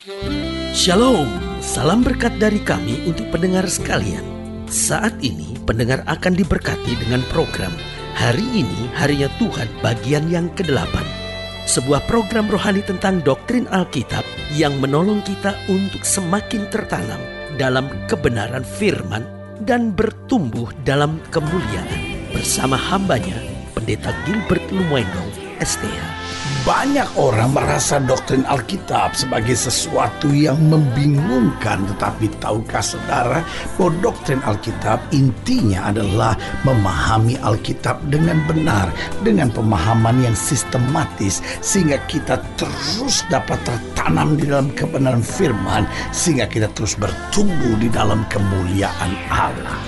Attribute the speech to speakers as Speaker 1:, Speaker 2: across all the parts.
Speaker 1: Shalom, salam berkat dari kami untuk pendengar sekalian. Saat ini pendengar akan diberkati dengan program Hari Ini Harinya Tuhan bagian yang ke-8. Sebuah program rohani tentang doktrin Alkitab yang menolong kita untuk semakin tertanam dalam kebenaran firman dan bertumbuh dalam kemuliaan. Bersama hambanya, Pendeta Gilbert Lumwendong, STH.
Speaker 2: Banyak orang merasa doktrin Alkitab sebagai sesuatu yang membingungkan. Tetapi tahukah saudara bahwa doktrin Alkitab intinya adalah memahami Alkitab dengan benar, dengan pemahaman yang sistematis, sehingga kita terus dapat tertanam di dalam kebenaran firman, sehingga kita terus bertumbuh di dalam kemuliaan Allah.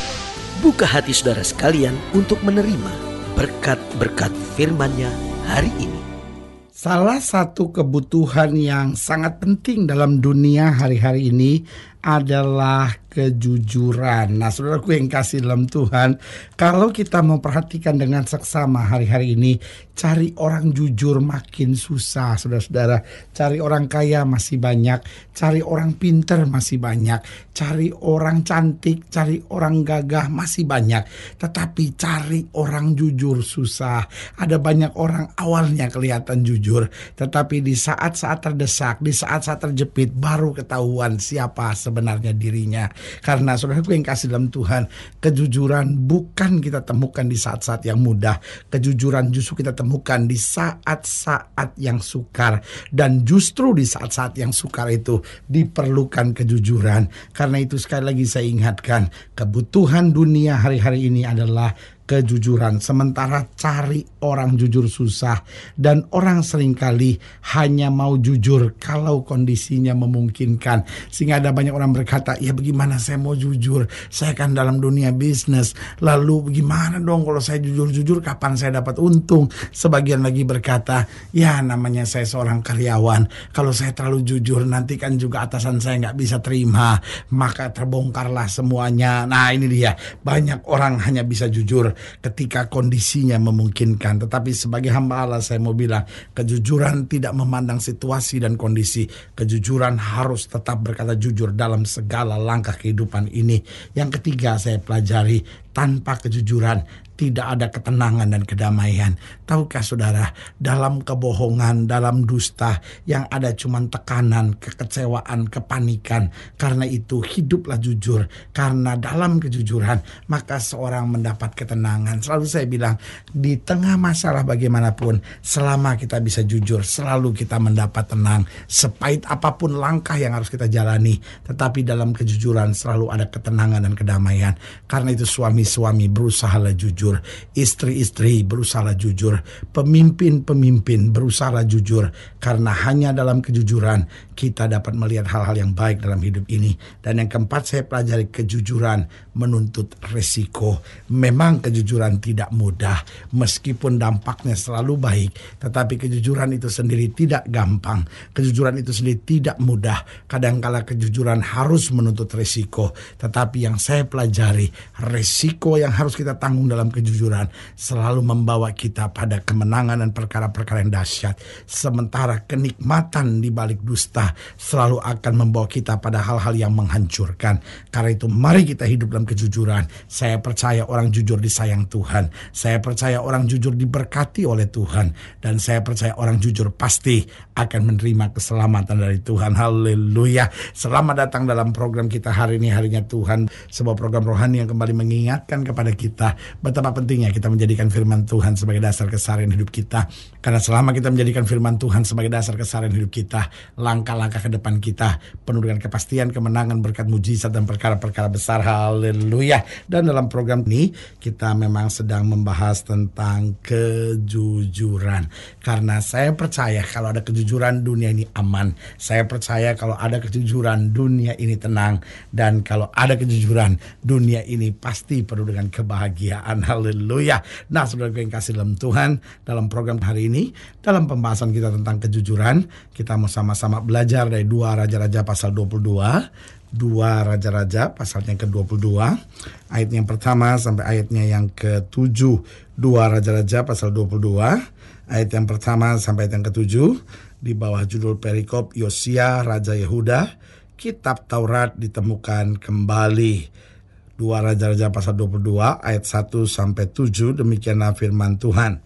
Speaker 1: Buka hati saudara sekalian untuk menerima berkat-berkat firman-Nya hari ini.
Speaker 3: Salah satu kebutuhan yang sangat penting dalam dunia hari-hari ini adalah kejujuran. Nah, saudaraku yang kasih dalam Tuhan, kalau kita mau perhatikan dengan seksama hari-hari ini, cari orang jujur makin susah, saudara-saudara. Cari orang kaya masih banyak, cari orang pinter masih banyak, cari orang cantik, cari orang gagah masih banyak. Tetapi cari orang jujur susah. Ada banyak orang awalnya kelihatan jujur, tetapi di saat-saat terdesak, di saat-saat terjepit, baru ketahuan siapa sebenarnya dirinya. Karena saudaraku yang kasih dalam Tuhan, kejujuran bukan kita temukan di saat-saat yang mudah. Kejujuran justru kita temukan di saat-saat yang sukar. Dan justru di saat-saat yang sukar itu diperlukan kejujuran. Karena itu sekali lagi saya ingatkan, kebutuhan dunia hari-hari ini adalah kejujuran. Sementara cari orang jujur susah, dan orang seringkali hanya mau jujur kalau kondisinya memungkinkan. Sehingga ada banyak orang berkata, ya bagaimana saya mau jujur, saya kan dalam dunia bisnis, lalu bagaimana dong kalau saya jujur-jujur, kapan saya dapat untung? Sebagian lagi berkata, ya namanya saya seorang karyawan, kalau saya terlalu jujur nanti kan juga atasan saya nggak bisa terima, maka terbongkarlah semuanya. Nah ini dia, banyak orang hanya bisa jujur ketika kondisinya memungkinkan. Tetapi sebagai hamba Allah saya mau bilang, kejujuran tidak memandang situasi dan kondisi. Kejujuran harus tetap berkata jujur dalam segala langkah kehidupan ini. Yang ketiga saya pelajari, tanpa kejujuran tidak ada ketenangan dan kedamaian. Tahukah saudara, dalam kebohongan, dalam dusta, yang ada cuma tekanan, kekecewaan, kepanikan. Karena itu hiduplah jujur. Karena dalam kejujuran maka seorang mendapat ketenangan. Selalu saya bilang, di tengah masalah bagaimanapun, selama kita bisa jujur, selalu kita mendapat tenang. Sepahit apapun langkah yang harus kita jalani, tetapi dalam kejujuran selalu ada ketenangan dan kedamaian. Karena itu suami-suami berusahalah jujur, istri-istri berusahalah jujur, pemimpin-pemimpin berusahalah jujur. Karena hanya dalam kejujuran kita dapat melihat hal-hal yang baik dalam hidup ini. Dan yang keempat saya pelajari, kejujuran menuntut resiko. Memang kejujuran tidak mudah, meskipun dampaknya selalu baik, tetapi kejujuran itu sendiri tidak gampang. Kejujuran itu sendiri tidak mudah. Kadangkala kejujuran harus menuntut resiko. Tetapi yang saya pelajari, resiko yang harus kita tanggung dalam kejujuran selalu membawa kita pada kemenangan dan perkara-perkara yang dahsyat. Sementara kenikmatan di balik dusta selalu akan membawa kita pada hal-hal yang menghancurkan. Karena itu mari kita hidup dalam kejujuran. Saya percaya orang jujur disayang Tuhan. Saya percaya orang jujur diberkati oleh Tuhan. Dan saya percaya orang jujur pasti akan menerima keselamatan dari Tuhan. Haleluya. Selamat datang dalam program kita hari ini, Harinya Tuhan. Sebuah program rohani yang kembali mengingatkan kepada kita betapa pentingnya kita menjadikan firman Tuhan sebagai dasar keseharian hidup kita. Karena selama kita menjadikan firman Tuhan sebagai dasar keseharian hidup kita, langkah-langkah ke depan kita penuh dengan kepastian, kemenangan, berkat mujizat dan perkara-perkara besar. Haleluya. Dan dalam program ini kita memang sedang membahas tentang kejujuran. Karena saya percaya kalau ada kejujuran, dunia ini aman. Saya percaya kalau ada kejujuran, dunia ini tenang. Dan kalau ada kejujuran, dunia ini pasti penuh dengan kebahagiaan. Haleluya. Nah, saudara yang kasih dalam Tuhan, dalam program hari ini, dalam pembahasan kita tentang kejujuran, kita mau sama-sama belajar dari 2 Raja-Raja pasal 22. 2 Raja-Raja pasalnya yang ke-22, ayat yang pertama sampai ayatnya yang ke-7. 2 Raja-Raja pasal 22, ayat yang pertama sampai ayat yang ke-7. di bawah judul perikop Yosia Raja Yehuda, kitab Taurat ditemukan kembali. 2 Raja-Raja pasal 22 ayat 1 sampai 7, demikianlah firman Tuhan.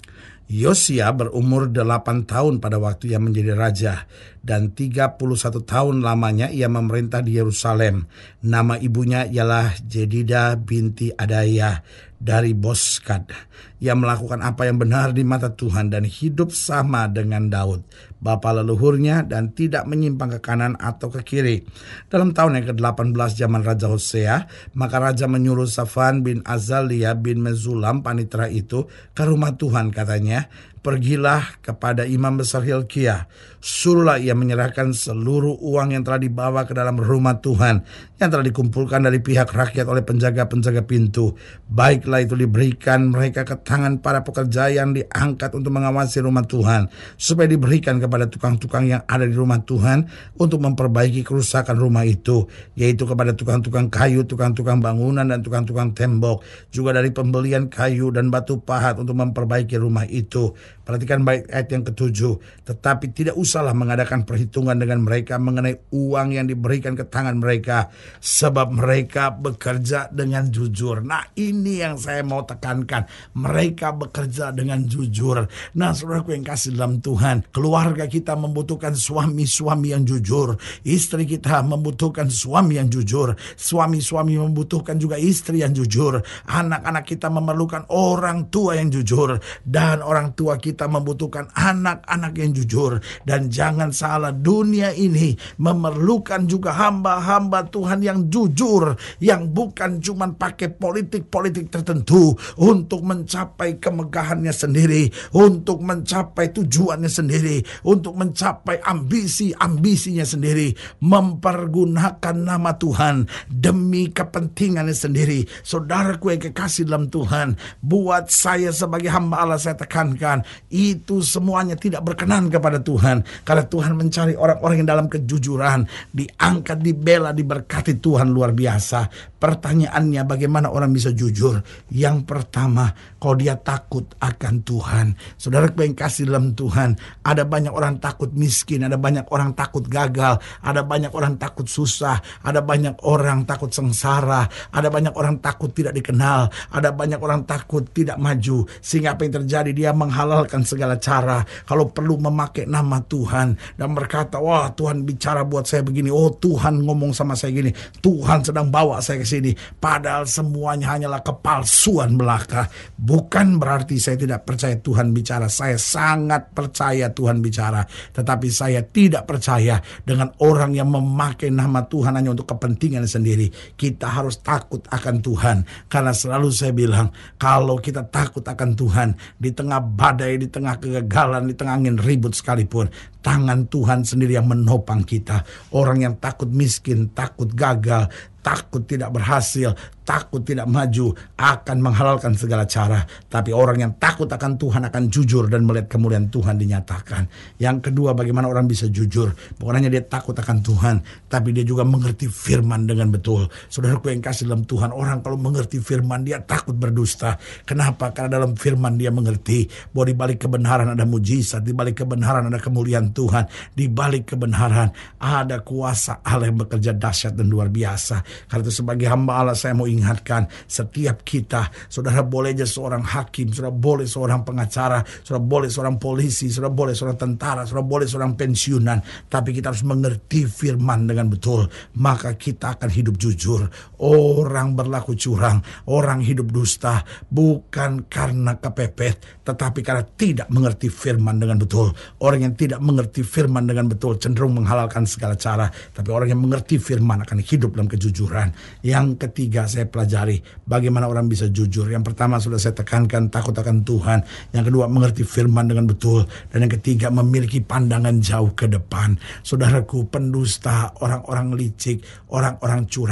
Speaker 3: Yosia berumur 8 tahun pada waktu ia menjadi raja, dan 31 tahun lamanya ia memerintah di Yerusalem. Nama ibunya ialah Jedida binti Adaya dari Boskat. Ia melakukan apa yang benar di mata Tuhan dan hidup sama dengan Daud, bapa leluhurnya, dan tidak menyimpang ke kanan atau ke kiri. Dalam tahun yang ke-18 zaman Raja Hosea, maka Raja menyuruh Safan bin Azalia bin Mezulam panitera itu ke rumah Tuhan. Katanya, pergilah kepada imam besar Hilkiah, suruhlah ia menyerahkan seluruh uang yang telah dibawa ke dalam rumah Tuhan, yang telah dikumpulkan dari pihak rakyat oleh penjaga-penjaga pintu. Baiklah itu diberikan mereka ke tangan para pekerja yang diangkat untuk mengawasi rumah Tuhan, supaya diberikan kepada tukang-tukang yang ada di rumah Tuhan untuk memperbaiki kerusakan rumah itu, yaitu kepada tukang-tukang kayu, tukang-tukang bangunan, dan tukang-tukang tembok, juga dari pembelian kayu dan batu pahat untuk memperbaiki rumah itu. Perhatikan baik ayat yang ke-7. Tetapi tidak usahlah mengadakan perhitungan dengan mereka mengenai uang yang diberikan ke tangan mereka, sebab mereka bekerja dengan jujur. Nah, ini yang saya mau tekankan. Mereka bekerja dengan jujur. Nah, saudaraku yang kasih dalam Tuhan, keluarga kita membutuhkan suami-suami yang jujur. Istri kita membutuhkan suami yang jujur. Suami-suami membutuhkan juga istri yang jujur. Anak-anak kita memerlukan orang tua yang jujur. Dan orang tua kita membutuhkan anak-anak yang jujur. Dan jangan salah, dunia ini memerlukan juga hamba-hamba Tuhan yang jujur, yang bukan cuma pakai politik-politik tertentu untuk mencapai kemegahannya sendiri, untuk mencapai tujuannya sendiri, untuk mencapai ambisi-ambisinya sendiri, mempergunakan nama Tuhan demi kepentingannya sendiri. Saudaraku yang kekasih dalam Tuhan, buat saya sebagai hamba Allah, saya tekankan, itu semuanya tidak berkenan kepada Tuhan. Karena Tuhan mencari orang-orang yang dalam kejujuran, diangkat, dibela, diberkati Tuhan luar biasa. Pertanyaannya, bagaimana orang bisa jujur? Yang pertama, kalau dia takut akan Tuhan. Saudara yang kasih dalam Tuhan, ada banyak orang takut miskin, ada banyak orang takut gagal, ada banyak orang takut susah, ada banyak orang takut sengsara, ada banyak orang takut tidak dikenal, ada banyak orang takut tidak maju. Sehingga apa yang terjadi? Dia menghalalkan segala cara, kalau perlu memakai nama Tuhan, dan berkata, wah, Tuhan bicara buat saya begini, oh Tuhan ngomong sama saya gini, Tuhan sedang bawa saya ke sini. Padahal semuanya hanyalah kepalsuan belaka. Bukan berarti saya tidak percaya Tuhan bicara. Saya sangat percaya Tuhan bicara, tetapi saya tidak percaya dengan orang yang memakai nama Tuhan hanya untuk kepentingan sendiri. Kita harus takut akan Tuhan, karena selalu saya bilang, kalau kita takut akan Tuhan, di tengah badai, di tengah kegagalan, di tengah angin ribut sekalipun, tangan Tuhan sendiri yang menopang kita. Orang yang takut miskin, takut gagal, takut tidak berhasil, takut tidak maju, akan menghalalkan segala cara. Tapi orang yang takut akan Tuhan akan jujur dan melihat kemuliaan Tuhan dinyatakan. Yang kedua, bagaimana orang bisa jujur? Bukan hanya dia takut akan Tuhan, tapi dia juga mengerti firman dengan betul. Saudaraku yang kasih dalam Tuhan, orang kalau mengerti firman, dia takut berdusta. Kenapa? Karena dalam firman dia mengerti bahwa di balik kebenaran ada mujizat, di balik kebenaran ada kemuliaan Tuhan, di balik kebenaran ada kuasa Allah yang bekerja dahsyat dan luar biasa. Karena itu sebagai hamba Allah, saya mau ingatkan setiap kita, saudara boleh aja seorang hakim, saudara boleh seorang pengacara, saudara boleh seorang polisi, saudara boleh seorang tentara, saudara boleh seorang pensiunan, tapi kita harus mengerti firman dengan betul, maka kita akan hidup jujur. Orang berlaku curang, orang hidup dusta, bukan karena kepepet, tetapi karena tidak mengerti firman dengan betul. Orang yang tidak mengerti firman dengan betul cenderung menghalalkan segala cara, tapi orang yang mengerti firman akan hidup dalam kejujuran. Yang ketiga, saya pelajari bagaimana orang bisa jujur. Yang pertama sudah saya tekankan, takut akan Tuhan. Yang kedua, mengerti firman dengan betul. Dan yang ketiga, memiliki pandangan jauh ke depan. Saudaraku, pendusta, orang-orang licik, orang-orang curang,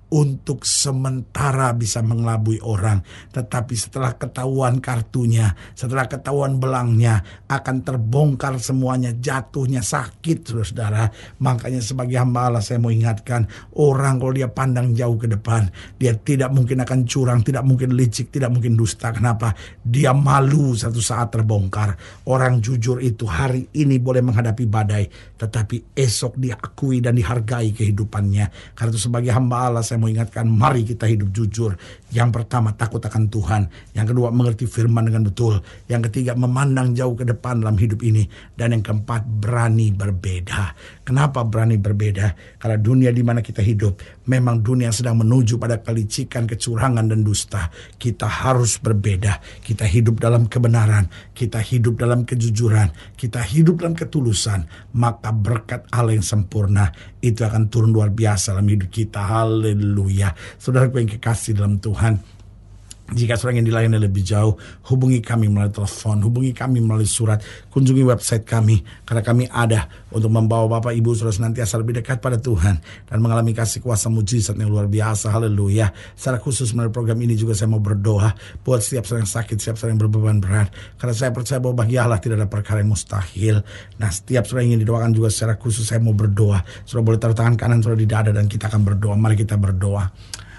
Speaker 2: untuk sementara bisa mengelabui orang, tetapi setelah ketahuan kartunya, setelah ketahuan belangnya, akan terbongkar semuanya, jatuhnya sakit, saudara. Makanya sebagai hamba Allah saya mau ingatkan, orang kalau dia pandang jauh ke depan, dia tidak mungkin akan curang, tidak mungkin licik, tidak mungkin dusta. Kenapa? Dia malu satu saat terbongkar. Orang jujur itu hari ini boleh menghadapi badai, tetapi esok diakui dan dihargai kehidupannya. Karena itu sebagai hamba Allah saya mau ingatkan, mari kita hidup jujur. Yang pertama, takut akan Tuhan. Yang kedua, mengerti firman dengan betul. Yang ketiga, memandang jauh ke depan dalam hidup ini. Dan yang keempat, berani berbeda. Kenapa berani berbeda? Karena dunia di mana kita hidup memang dunia yang sedang menuju pada kelicikan, kecurangan dan dusta. Kita harus berbeda. Kita hidup dalam kebenaran, kita hidup dalam kejujuran, kita hidup dalam ketulusan. Maka berkat Allah yang sempurna itu akan turun luar biasa dalam hidup kita. Haleluya. Saudaraku yang kekasih dalam Tuhan, jika saudara ingin dilayani lebih jauh, hubungi kami melalui telepon, hubungi kami melalui surat, kunjungi website kami, karena kami ada untuk membawa Bapak Ibu saudara senantiasa lebih dekat pada Tuhan dan mengalami kasih kuasa mujizat yang luar biasa. Haleluya. Secara khusus melalui program ini juga saya mau berdoa buat setiap saudara yang sakit, setiap saudara yang berbeban berat, karena saya percaya bahwa bagi Allah tidak ada perkara yang mustahil. Nah, setiap saudara yang ingin didoakan juga secara khusus saya mau berdoa. Saudara boleh taruh tangan kanan saudara di dada dan kita akan berdoa. Mari kita berdoa.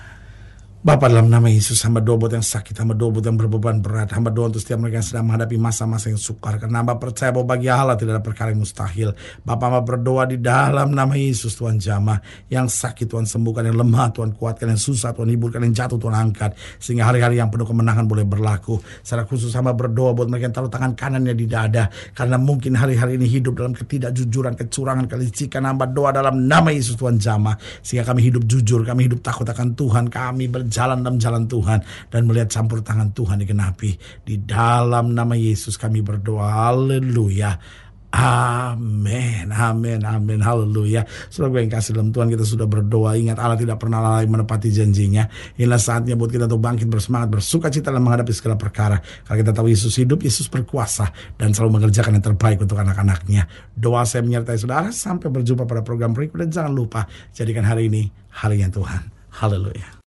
Speaker 2: Bapa, dalam nama Yesus, hamba doa buat yang sakit, hamba doa buat yang berbeban berat, hamba doa untuk setiap mereka yang sedang menghadapi masa-masa yang sukar, karena hamba percaya bahwa bagi Allah tidak ada perkara yang mustahil. Bapa, hamba berdoa di dalam nama Yesus, Tuhan jamah, yang sakit Tuhan sembuhkan, yang lemah Tuhan kuatkan, yang susah Tuhan hiburkan, yang jatuh Tuhan angkat, sehingga hari-hari yang penuh kemenangan boleh berlaku. Secara khusus hamba berdoa buat mereka yang taruh tangan kanannya di dada, karena mungkin hari-hari ini hidup dalam ketidakjujuran, kecurangan, kelicikan. Hamba doa dalam nama Yesus, Tuhan jamah, sehingga kami hidup jujur, kami hidup takut akan Tuhan, kami berjalan dalam jalan Tuhan dan melihat campur tangan Tuhan digenapi. Di dalam nama Yesus kami berdoa. Haleluya. Amin, amin, amin, haleluya. Saudara yang kasih dalam Tuhan, kita sudah berdoa. Ingat, Allah tidak pernah lalai menepati janjinya. Inilah saatnya buat kita untuk bangkit bersemangat, bersuka cita dalam menghadapi segala perkara. Karena kita tahu Yesus hidup, Yesus berkuasa dan selalu mengerjakan yang terbaik untuk anak-anaknya. Doa saya menyertai saudara. Sampai berjumpa pada program berikutnya. Jangan lupa jadikan hari ini hari yang Tuhan. Haleluya.